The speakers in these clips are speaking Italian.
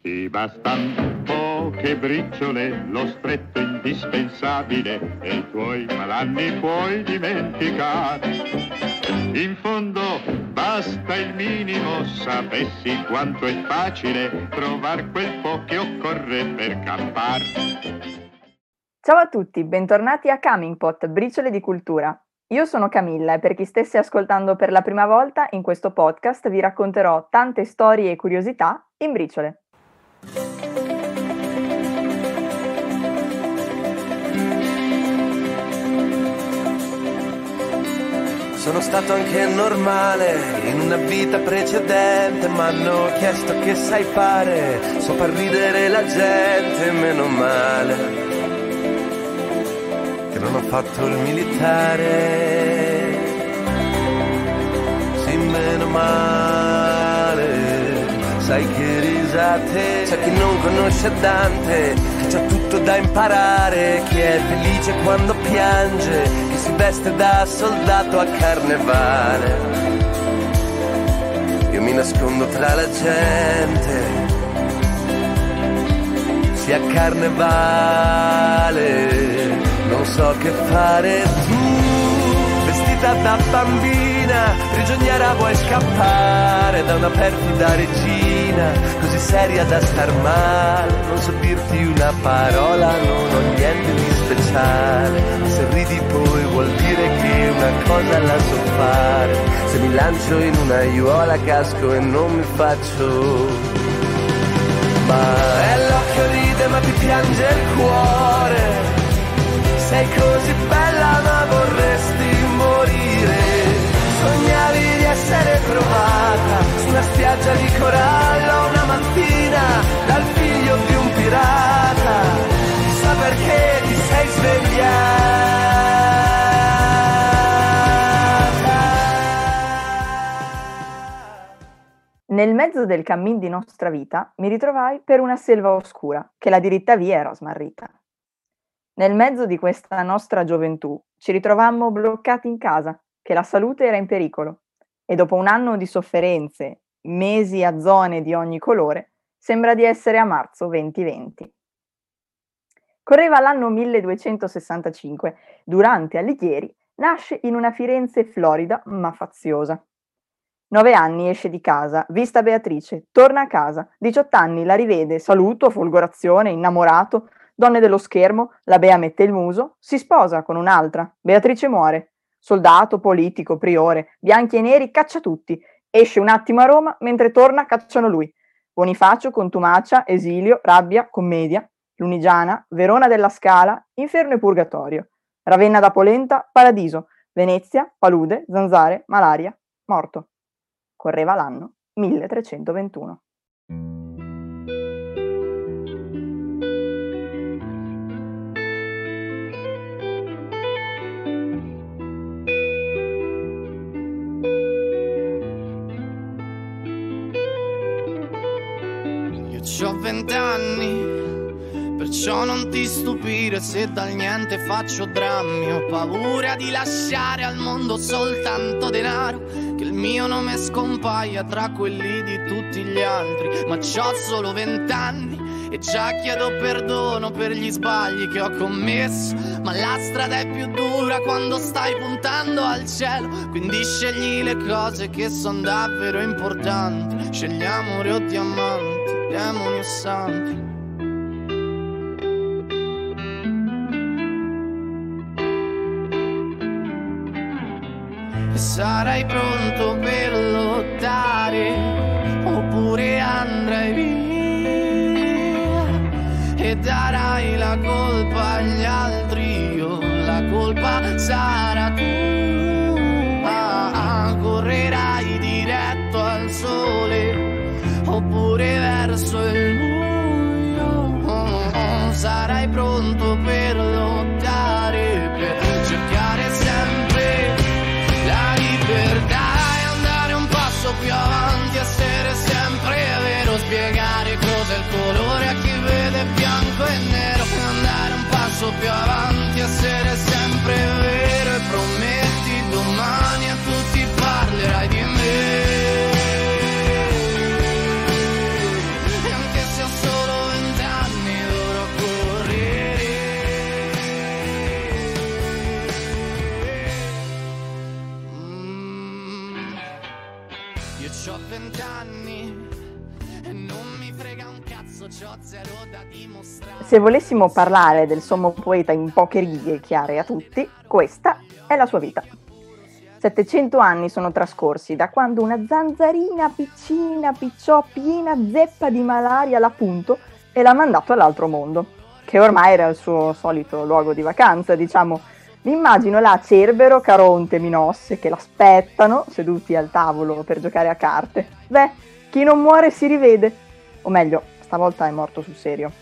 Ti bastan poche briciole, lo stretto indispensabile, e i tuoi malanni puoi dimenticare. In fondo basta il minimo, sapessi quanto è facile trovar quel po' che occorre per campar. Ciao a tutti, bentornati a Coming Pot, briciole di cultura. Io sono Camilla e per chi stesse ascoltando per la prima volta, in questo podcast vi racconterò tante storie e curiosità in briciole. Sono stato anche normale in una vita precedente, ma hanno chiesto che sai fare, so far ridere la gente, meno male che non ho fatto il militare, sì meno male, sai che risate, c'è chi non conosce Dante, che c'ha tutto da imparare, chi è felice quando piange, si veste da soldato a carnevale. Io mi nascondo tra la gente, sia carnevale, non so che fare. Tu, vestita da bambina, prigioniera vuoi scappare da una perfida regina, così seria da star male, non so dirti una parola, non ho niente di speciale. Se ridi poi vuol dire che una cosa la so fare, se mi lancio in una aiuola casco e non mi faccio. Ma è l'occhio ride ma ti piange il cuore, sei così bella ma vorresti morire, sognavi di essere trovata su una spiaggia di corallo una mattina dal figlio di un pirata, chissà perché ti sei svegliata. Nel mezzo del cammin di nostra vita mi ritrovai per una selva oscura, che la diritta via era smarrita. Nel mezzo di questa nostra gioventù ci ritrovammo bloccati in casa, che la salute era in pericolo, e dopo un anno di sofferenze, mesi a zone di ogni colore, sembra di essere a marzo 2020. Correva l'anno 1265, Durante Alighieri nasce in una Firenze florida ma faziosa. 9 anni esce di casa, vista Beatrice, torna a casa, 18 anni la rivede, saluto, folgorazione, innamorato, donne dello schermo, la Bea mette il muso, si sposa con un'altra, Beatrice muore, soldato, politico, priore, bianchi e neri, caccia tutti, esce un attimo a Roma, mentre torna cacciano lui, Bonifacio, contumacia, esilio, rabbia, commedia, Lunigiana, Verona della Scala, inferno e purgatorio, Ravenna da Polenta, paradiso, Venezia, palude, zanzare, malaria, morto. Correva l'anno 1321. Io c'ho 20 anni, perciò non ti stupire se dal niente faccio drammi. Ho paura di lasciare al mondo soltanto denaro, che il mio nome scompaia tra quelli di tutti gli altri. Ma c'ho solo 20 anni e già chiedo perdono per gli sbagli che ho commesso, ma la strada è più dura quando stai puntando al cielo, quindi scegli le cose che sono davvero importanti. Scegli amore o diamanti, demoni o santi. Sarai pronto per lottare oppure andrai via e darai la colpa agli altri, o la colpa sarà tua. Correrai diretto al sole oppure verso il buio. Sarai pronto per lottare, per cercare sempre la libertà e andare un passo più avanti, essere sempre vero, spiegare cos'è il colore a chi vede bianco e nero, e andare un passo più avanti, essere sempre vero, e prometti domani a tutti parlerai di me, e anche se ho Se volessimo parlare del sommo poeta in poche righe chiare a tutti, questa è la sua vita. 700 anni sono trascorsi da quando una zanzarina piccina, picciò, piena zeppa di malaria l'ha punto e l'ha mandato all'altro mondo, che ormai era il suo solito luogo di vacanza, diciamo. Mi immagino là Cerbero, Caronte, Minosse che l'aspettano seduti al tavolo per giocare a carte. Beh, chi non muore si rivede, o meglio, stavolta è morto sul serio.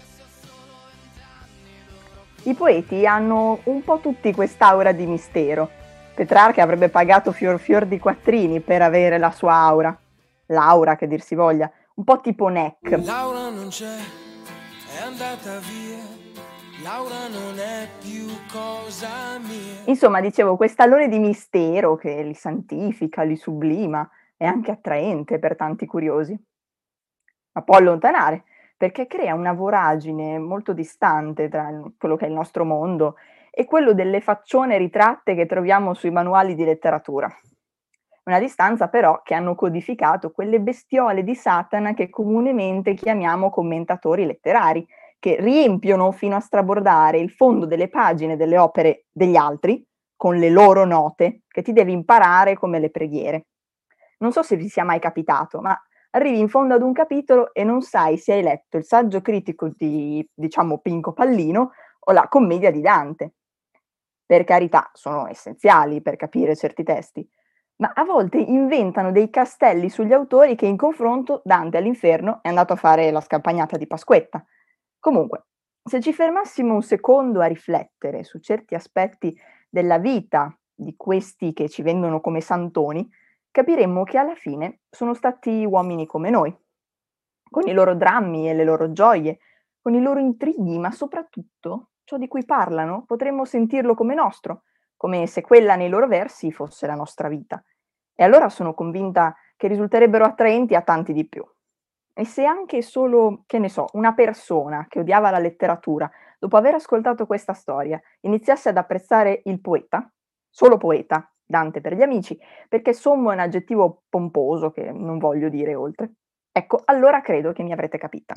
I poeti hanno un po' tutti quest'aura di mistero. Petrarca avrebbe pagato fior di quattrini per avere la sua aura. L'aura, che dir si voglia, un po' tipo Neck. Laura non c'è, è andata via. Laura non è più cosa mia. Insomma, dicevo, quest'alone di mistero che li santifica, li sublima, è anche attraente per tanti curiosi. Ma può allontanare, perché crea una voragine molto distante tra quello che è il nostro mondo e quello delle faccione ritratte che troviamo sui manuali di letteratura. Una distanza però che hanno codificato quelle bestiole di Satana che comunemente chiamiamo commentatori letterari, che riempiono fino a strabordare il fondo delle pagine delle opere degli altri con le loro note che ti devi imparare come le preghiere. Non so se vi sia mai capitato, ma arrivi in fondo ad un capitolo e non sai se hai letto il saggio critico di, diciamo, Pinco Pallino o la commedia di Dante. Per carità, sono essenziali per capire certi testi, ma a volte inventano dei castelli sugli autori che in confronto Dante all'inferno è andato a fare la scampagnata di Pasquetta. Comunque, se ci fermassimo un secondo a riflettere su certi aspetti della vita di questi che ci vendono come santoni, capiremmo che alla fine sono stati uomini come noi, con i loro drammi e le loro gioie, con i loro intrighi, ma soprattutto ciò di cui parlano potremmo sentirlo come nostro, come se quella nei loro versi fosse la nostra vita. E allora sono convinta che risulterebbero attraenti a tanti di più. E se anche solo, che ne so, una persona che odiava la letteratura, dopo aver ascoltato questa storia, iniziasse ad apprezzare il poeta, solo poeta, Dante per gli amici, perché sommo è un aggettivo pomposo che non voglio dire oltre. Ecco, allora credo che mi avrete capita.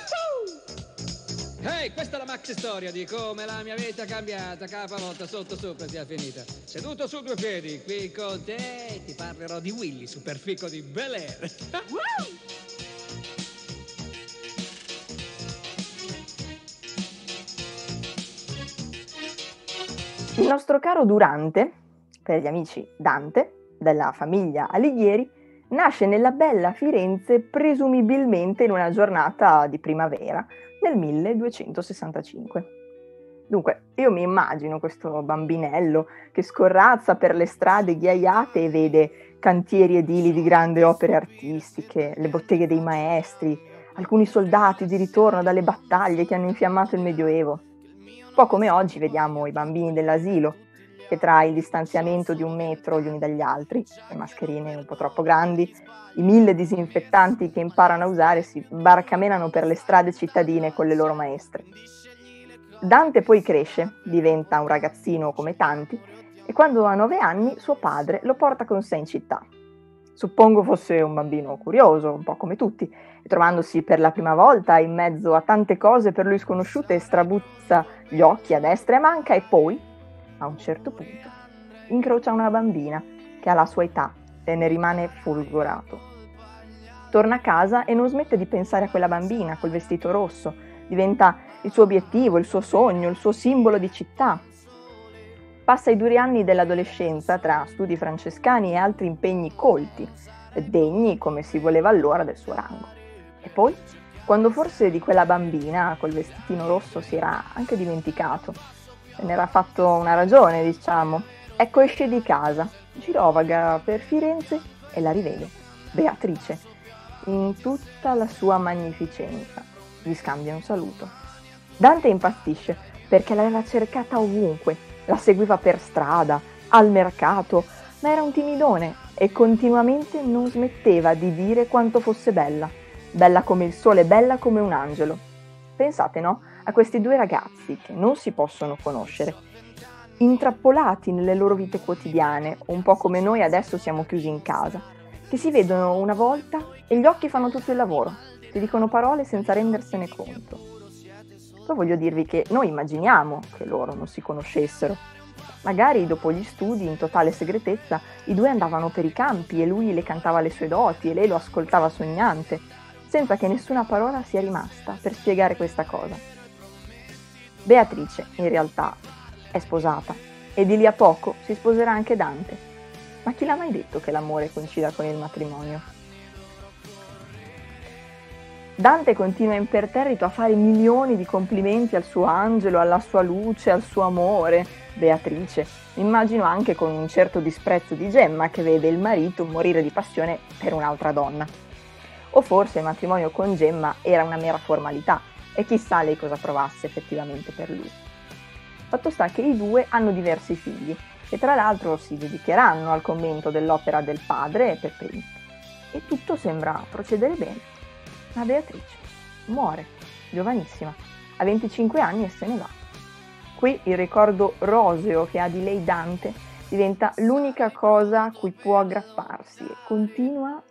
Ehi, questa è la maxi storia di come la mia vita è cambiata, capavolta sotto sopra sia finita. Seduto su due piedi, qui con te ti parlerò di Willy, superfico di Bel Air. Il nostro caro Durante, per gli amici Dante, della famiglia Alighieri, nasce nella bella Firenze presumibilmente in una giornata di primavera del 1265. Dunque, io mi immagino questo bambinello che scorrazza per le strade ghiaiate e vede cantieri edili di grandi opere artistiche, le botteghe dei maestri, alcuni soldati di ritorno dalle battaglie che hanno infiammato il Medioevo. Un po' come oggi vediamo i bambini dell'asilo, che tra il distanziamento di 1 metro gli uni dagli altri, le mascherine un po' troppo grandi, i 1000 disinfettanti che imparano a usare si barcamenano per le strade cittadine con le loro maestre. Dante poi cresce, diventa un ragazzino come tanti, e quando ha 9 anni suo padre lo porta con sé in città. Suppongo fosse un bambino curioso, un po' come tutti, e trovandosi per la prima volta in mezzo a tante cose per lui sconosciute strabuzza gli occhi a destra e a manca e poi, a un certo punto, incrocia una bambina che ha la sua età e ne rimane folgorato. Torna a casa e non smette di pensare a quella bambina col vestito rosso, diventa il suo obiettivo, il suo sogno, il suo simbolo di città. Passa i duri anni dell'adolescenza tra studi francescani e altri impegni colti, degni come si voleva allora del suo rango. E poi, quando forse di quella bambina col vestitino rosso si era anche dimenticato, se n'era fatto una ragione, diciamo, ecco esce di casa, girovaga per Firenze e la rivede, Beatrice, in tutta la sua magnificenza. Gli scambia un saluto. Dante impazzisce perché l'aveva cercata ovunque, la seguiva per strada, al mercato, ma era un timidone e continuamente non smetteva di dire quanto fosse bella, bella come il sole, bella come un angelo. Pensate, no? A questi due ragazzi che non si possono conoscere, intrappolati nelle loro vite quotidiane, un po' come noi adesso siamo chiusi in casa, che si vedono una volta e gli occhi fanno tutto il lavoro. si dicono parole senza rendersene conto. Poi voglio dirvi che noi immaginiamo che loro non si conoscessero. Magari dopo gli studi, in totale segretezza, i due andavano per i campi e lui le cantava le sue doti e lei lo ascoltava sognante, senza che nessuna parola sia rimasta per spiegare questa cosa. Beatrice, in realtà, è sposata e di lì a poco si sposerà anche Dante. Ma chi l'ha mai detto che l'amore coincida con il matrimonio? Dante continua imperterrito a fare milioni di complimenti al suo angelo, alla sua luce, al suo amore. Beatrice, immagino anche con un certo disprezzo di Gemma che vede il marito morire di passione per un'altra donna. O forse il matrimonio con Gemma era una mera formalità e chissà lei cosa provasse effettivamente per lui. Fatto sta che i due hanno diversi figli e tra l'altro si dedicheranno al commento dell'opera del padre Pepin. E tutto sembra procedere bene. Ma Beatrice muore, giovanissima, a 25 anni e se ne va. Qui il ricordo roseo che ha di lei Dante diventa l'unica cosa a cui può aggrapparsi e continua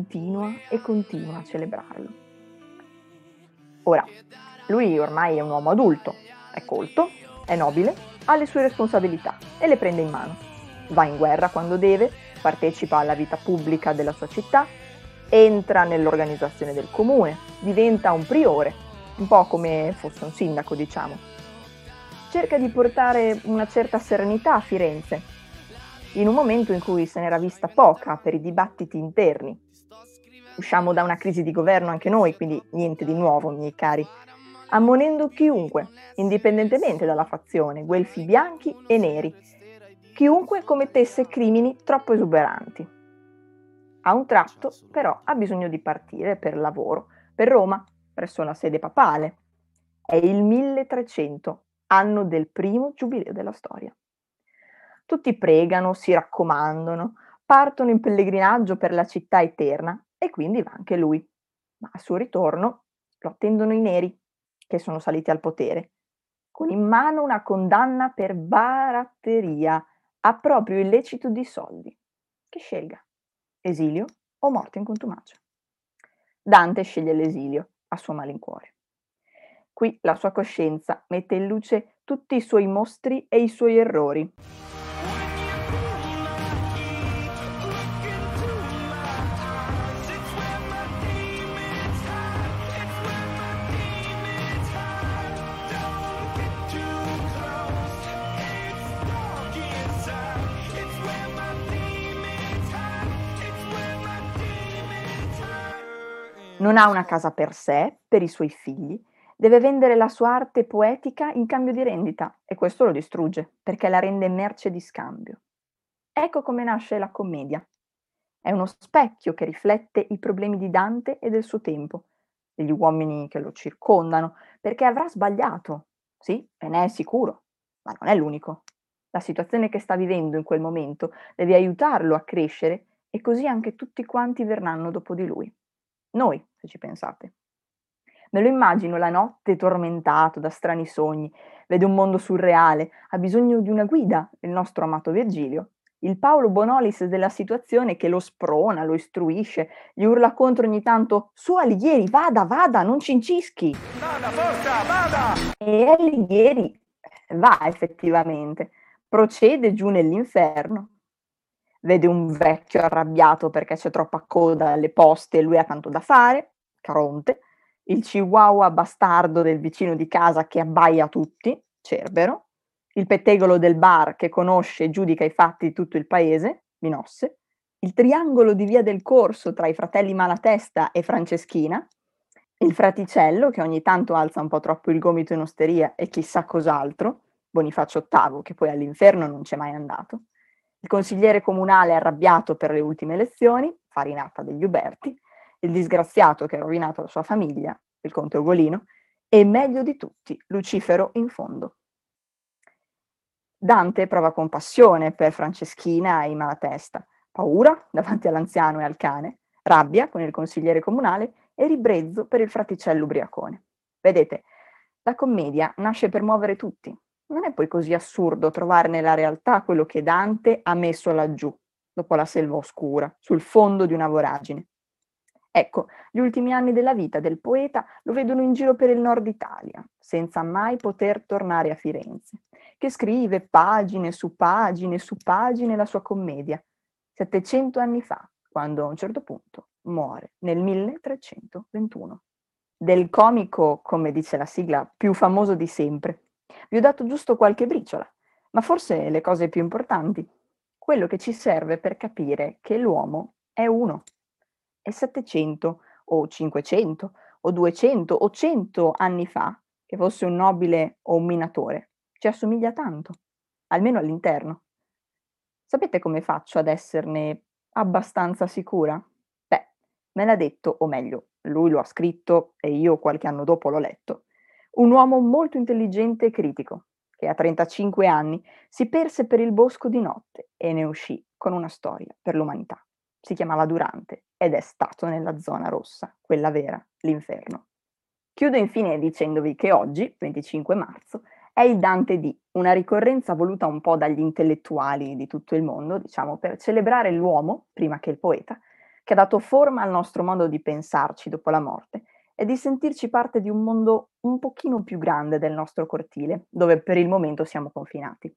a celebrarlo. Ora, lui ormai è un uomo adulto, è colto, è nobile, ha le sue responsabilità e le prende in mano. Va in guerra quando deve, partecipa alla vita pubblica della sua città, entra nell'organizzazione del comune, diventa un priore, un po' come fosse un sindaco, diciamo. Cerca di portare una certa serenità a Firenze, in un momento in cui se n'era vista poca per i dibattiti interni. Usciamo da una crisi di governo anche noi, quindi niente di nuovo, miei cari, ammonendo chiunque, indipendentemente dalla fazione, guelfi bianchi e neri, chiunque commettesse crimini troppo esuberanti. A un tratto, però, ha bisogno di partire per lavoro, per Roma, presso la sede papale. È il 1300, anno del primo giubileo della storia. Tutti pregano, si raccomandano, partono in pellegrinaggio per la città eterna e quindi va anche lui. Ma al suo ritorno lo attendono i neri, che sono saliti al potere, con in mano una condanna per baratteria, a proprio illecito di soldi. Che scelga. Esilio o morte in contumacia. Dante sceglie l'esilio a suo malincuore. Qui la sua coscienza mette in luce tutti i suoi mostri e i suoi errori. Non ha una casa per sé, per i suoi figli, deve vendere la sua arte poetica in cambio di rendita e questo lo distrugge perché la rende merce di scambio. Ecco come nasce la commedia. È uno specchio che riflette i problemi di Dante e del suo tempo, degli uomini che lo circondano, perché avrà sbagliato, sì, e ne è sicuro, ma non è l'unico. La situazione che sta vivendo in quel momento deve aiutarlo a crescere e così anche tutti quanti verranno dopo di lui. Noi, se ci pensate. Me lo immagino la notte tormentato da strani sogni, vede un mondo surreale, ha bisogno di una guida, il nostro amato Virgilio, il Paolo Bonolis della situazione che lo sprona, lo istruisce, gli urla contro ogni tanto «Su Alighieri, vada, non cincischi!» Vada, forza, vada! E Alighieri va effettivamente, procede giù nell'inferno. Vede un vecchio arrabbiato perché c'è troppa coda alle poste e lui ha tanto da fare, Caronte, il chihuahua bastardo del vicino di casa che abbaia a tutti, Cerbero, il pettegolo del bar che conosce e giudica i fatti di tutto il paese, Minosse, il triangolo di via del Corso tra i fratelli Malatesta e Franceschina, il fraticello che ogni tanto alza un po' troppo il gomito in osteria e chissà cos'altro, Bonifacio VIII che poi all'inferno non c'è mai andato, il consigliere comunale arrabbiato per le ultime elezioni, Farinata degli Uberti, il disgraziato che ha rovinato la sua famiglia, il conte Ugolino, e meglio di tutti, Lucifero in fondo. Dante prova compassione per Franceschina e i Malatesta, paura davanti all'anziano e al cane, rabbia con il consigliere comunale e ribrezzo per il fraticello ubriacone. Vedete, la commedia nasce per muovere tutti. Non è poi così assurdo trovare nella realtà quello che Dante ha messo laggiù, dopo la selva oscura, sul fondo di una voragine. Ecco, gli ultimi anni della vita del poeta lo vedono in giro per il nord Italia, senza mai poter tornare a Firenze, che scrive pagine su pagine la sua commedia, 700 anni fa, quando a un certo punto muore, nel 1321. Del comico, come dice la sigla, più famoso di sempre. Vi ho dato giusto qualche briciola, ma forse le cose più importanti, quello che ci serve per capire che l'uomo è uno. E 700 o 500 o 200 o 100 anni fa, che fosse un nobile o un minatore, ci assomiglia tanto, almeno all'interno. Sapete come faccio ad esserne abbastanza sicura? Beh, me l'ha detto, o meglio, lui lo ha scritto e io qualche anno dopo l'ho letto, un uomo molto intelligente e critico, che a 35 anni si perse per il bosco di notte e ne uscì con una storia per l'umanità. Si chiamava Durante ed è stato nella zona rossa, quella vera, l'inferno. Chiudo infine dicendovi che oggi, 25 marzo, è il Dante Dì, una ricorrenza voluta un po' dagli intellettuali di tutto il mondo, diciamo, per celebrare l'uomo, prima che il poeta, che ha dato forma al nostro modo di pensarci dopo la morte e di sentirci parte di un mondo un pochino più grande del nostro cortile, dove per il momento siamo confinati.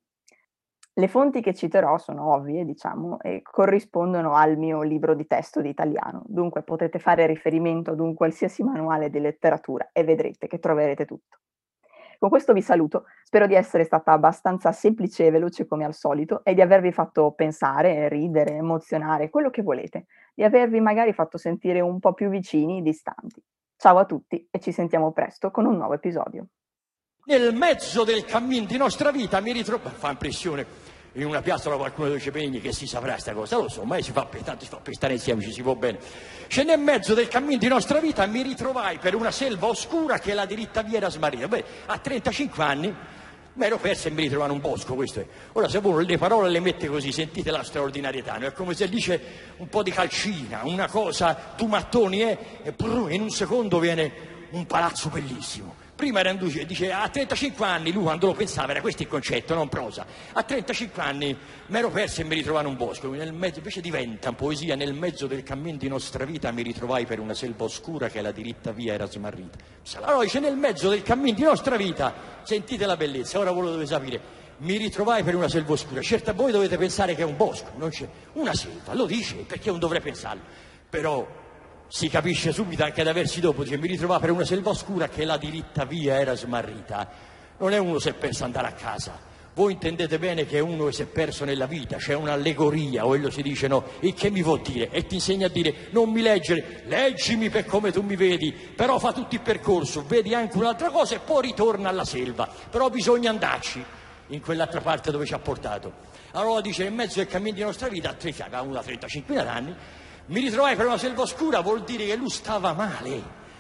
Le fonti che citerò sono ovvie, diciamo, e corrispondono al mio libro di testo di italiano, dunque potete fare riferimento ad un qualsiasi manuale di letteratura e vedrete che troverete tutto. Con questo vi saluto, spero di essere stata abbastanza semplice e veloce come al solito e di avervi fatto pensare, ridere, emozionare, quello che volete, di avervi magari fatto sentire un po' più vicini, distanti. Ciao a tutti e ci sentiamo presto con un nuovo episodio. Nel mezzo del cammin di nostra vita mi ritrovo, fa impressione, in una piazzola qualcuno dice Pegni che si saprà sta cosa, lo so, ma tanto si fa per stare insieme, ci si può bene. Cioè nel mezzo del cammin di nostra vita mi ritrovai per una selva oscura che la diritta via era smarrita. Beh, a 35 anni mi ero perso e mi ritrovavo in un bosco, questo è. Ora se uno le parole le mette così, sentite la straordinarietà, no? È come se dice un po' di calcina, una cosa, tu mattoni e in un secondo viene un palazzo bellissimo. Prima era dice a 35 anni, lui quando lo pensava era questo il concetto, non prosa. A 35 anni mi ero perso e mi ritrovavo in un bosco, nel mezzo, invece diventa poesia, nel mezzo del cammin di nostra vita mi ritrovai per una selva oscura che la diritta via era smarrita. Allora dice nel mezzo del cammin di nostra vita, sentite la bellezza, ora voi lo dovete sapere, mi ritrovai per una selva oscura. Certo voi dovete pensare che è un bosco, non c'è una selva, lo dice perché non dovrei pensarlo, però si capisce subito anche da versi dopo, dice mi ritrovai per una selva oscura che la diritta via era smarrita. Non è uno se pensa andare a casa, voi intendete bene che è uno che si è perso nella vita, c'è un'allegoria, o quello si dice no, e che mi vuol dire? E ti insegna a dire non mi leggere, leggimi per come tu mi vedi, però fa tutto il percorso, vedi anche un'altra cosa e poi ritorna alla selva, però bisogna andarci in quell'altra parte dove ci ha portato. Allora dice in mezzo del cammino di nostra vita, a una 35 anni, mi ritrovai per una selva oscura, vuol dire che lui stava male,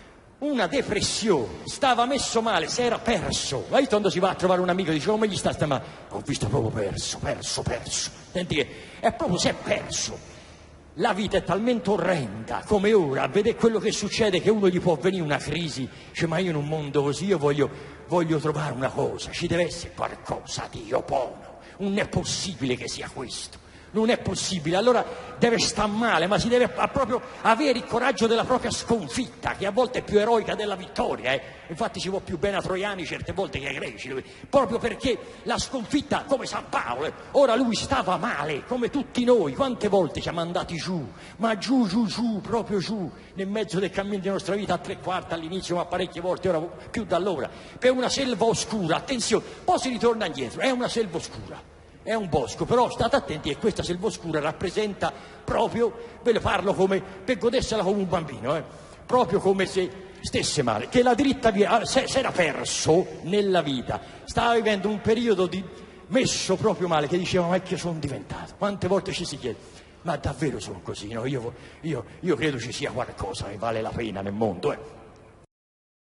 una depressione, stava messo male, si era perso. Ma quando si va a trovare un amico dice come gli sta? Ma ho visto proprio perso. Senti che è proprio si è perso. La vita è talmente orrenda come ora, a vedere quello che succede che uno gli può venire una crisi, dice ma io in un mondo così io voglio trovare una cosa, ci deve essere qualcosa di buono, non è possibile che sia questo. Non è possibile, allora deve star male, ma si deve proprio avere il coraggio della propria sconfitta, che a volte è più eroica della vittoria. Infatti si può più bene a troiani certe volte che ai greci, proprio perché la sconfitta, come San Paolo, ora lui stava male, come tutti noi, quante volte siamo andati giù, ma giù, proprio giù, nel mezzo del cammino della nostra vita, a 3/4 all'inizio, ma parecchie volte, ora più da allora, per una selva oscura, attenzione, poi si ritorna indietro, è una selva oscura. È un bosco, però state attenti che questa selva oscura rappresenta proprio, ve le parlo come, per godersela come un bambino, proprio come se stesse male, che la dritta via, si era perso nella vita, stava vivendo un periodo di messo proprio male, che diceva ma che sono diventato, quante volte ci si chiede, ma davvero sono così, no? Io credo ci sia qualcosa che vale la pena nel mondo,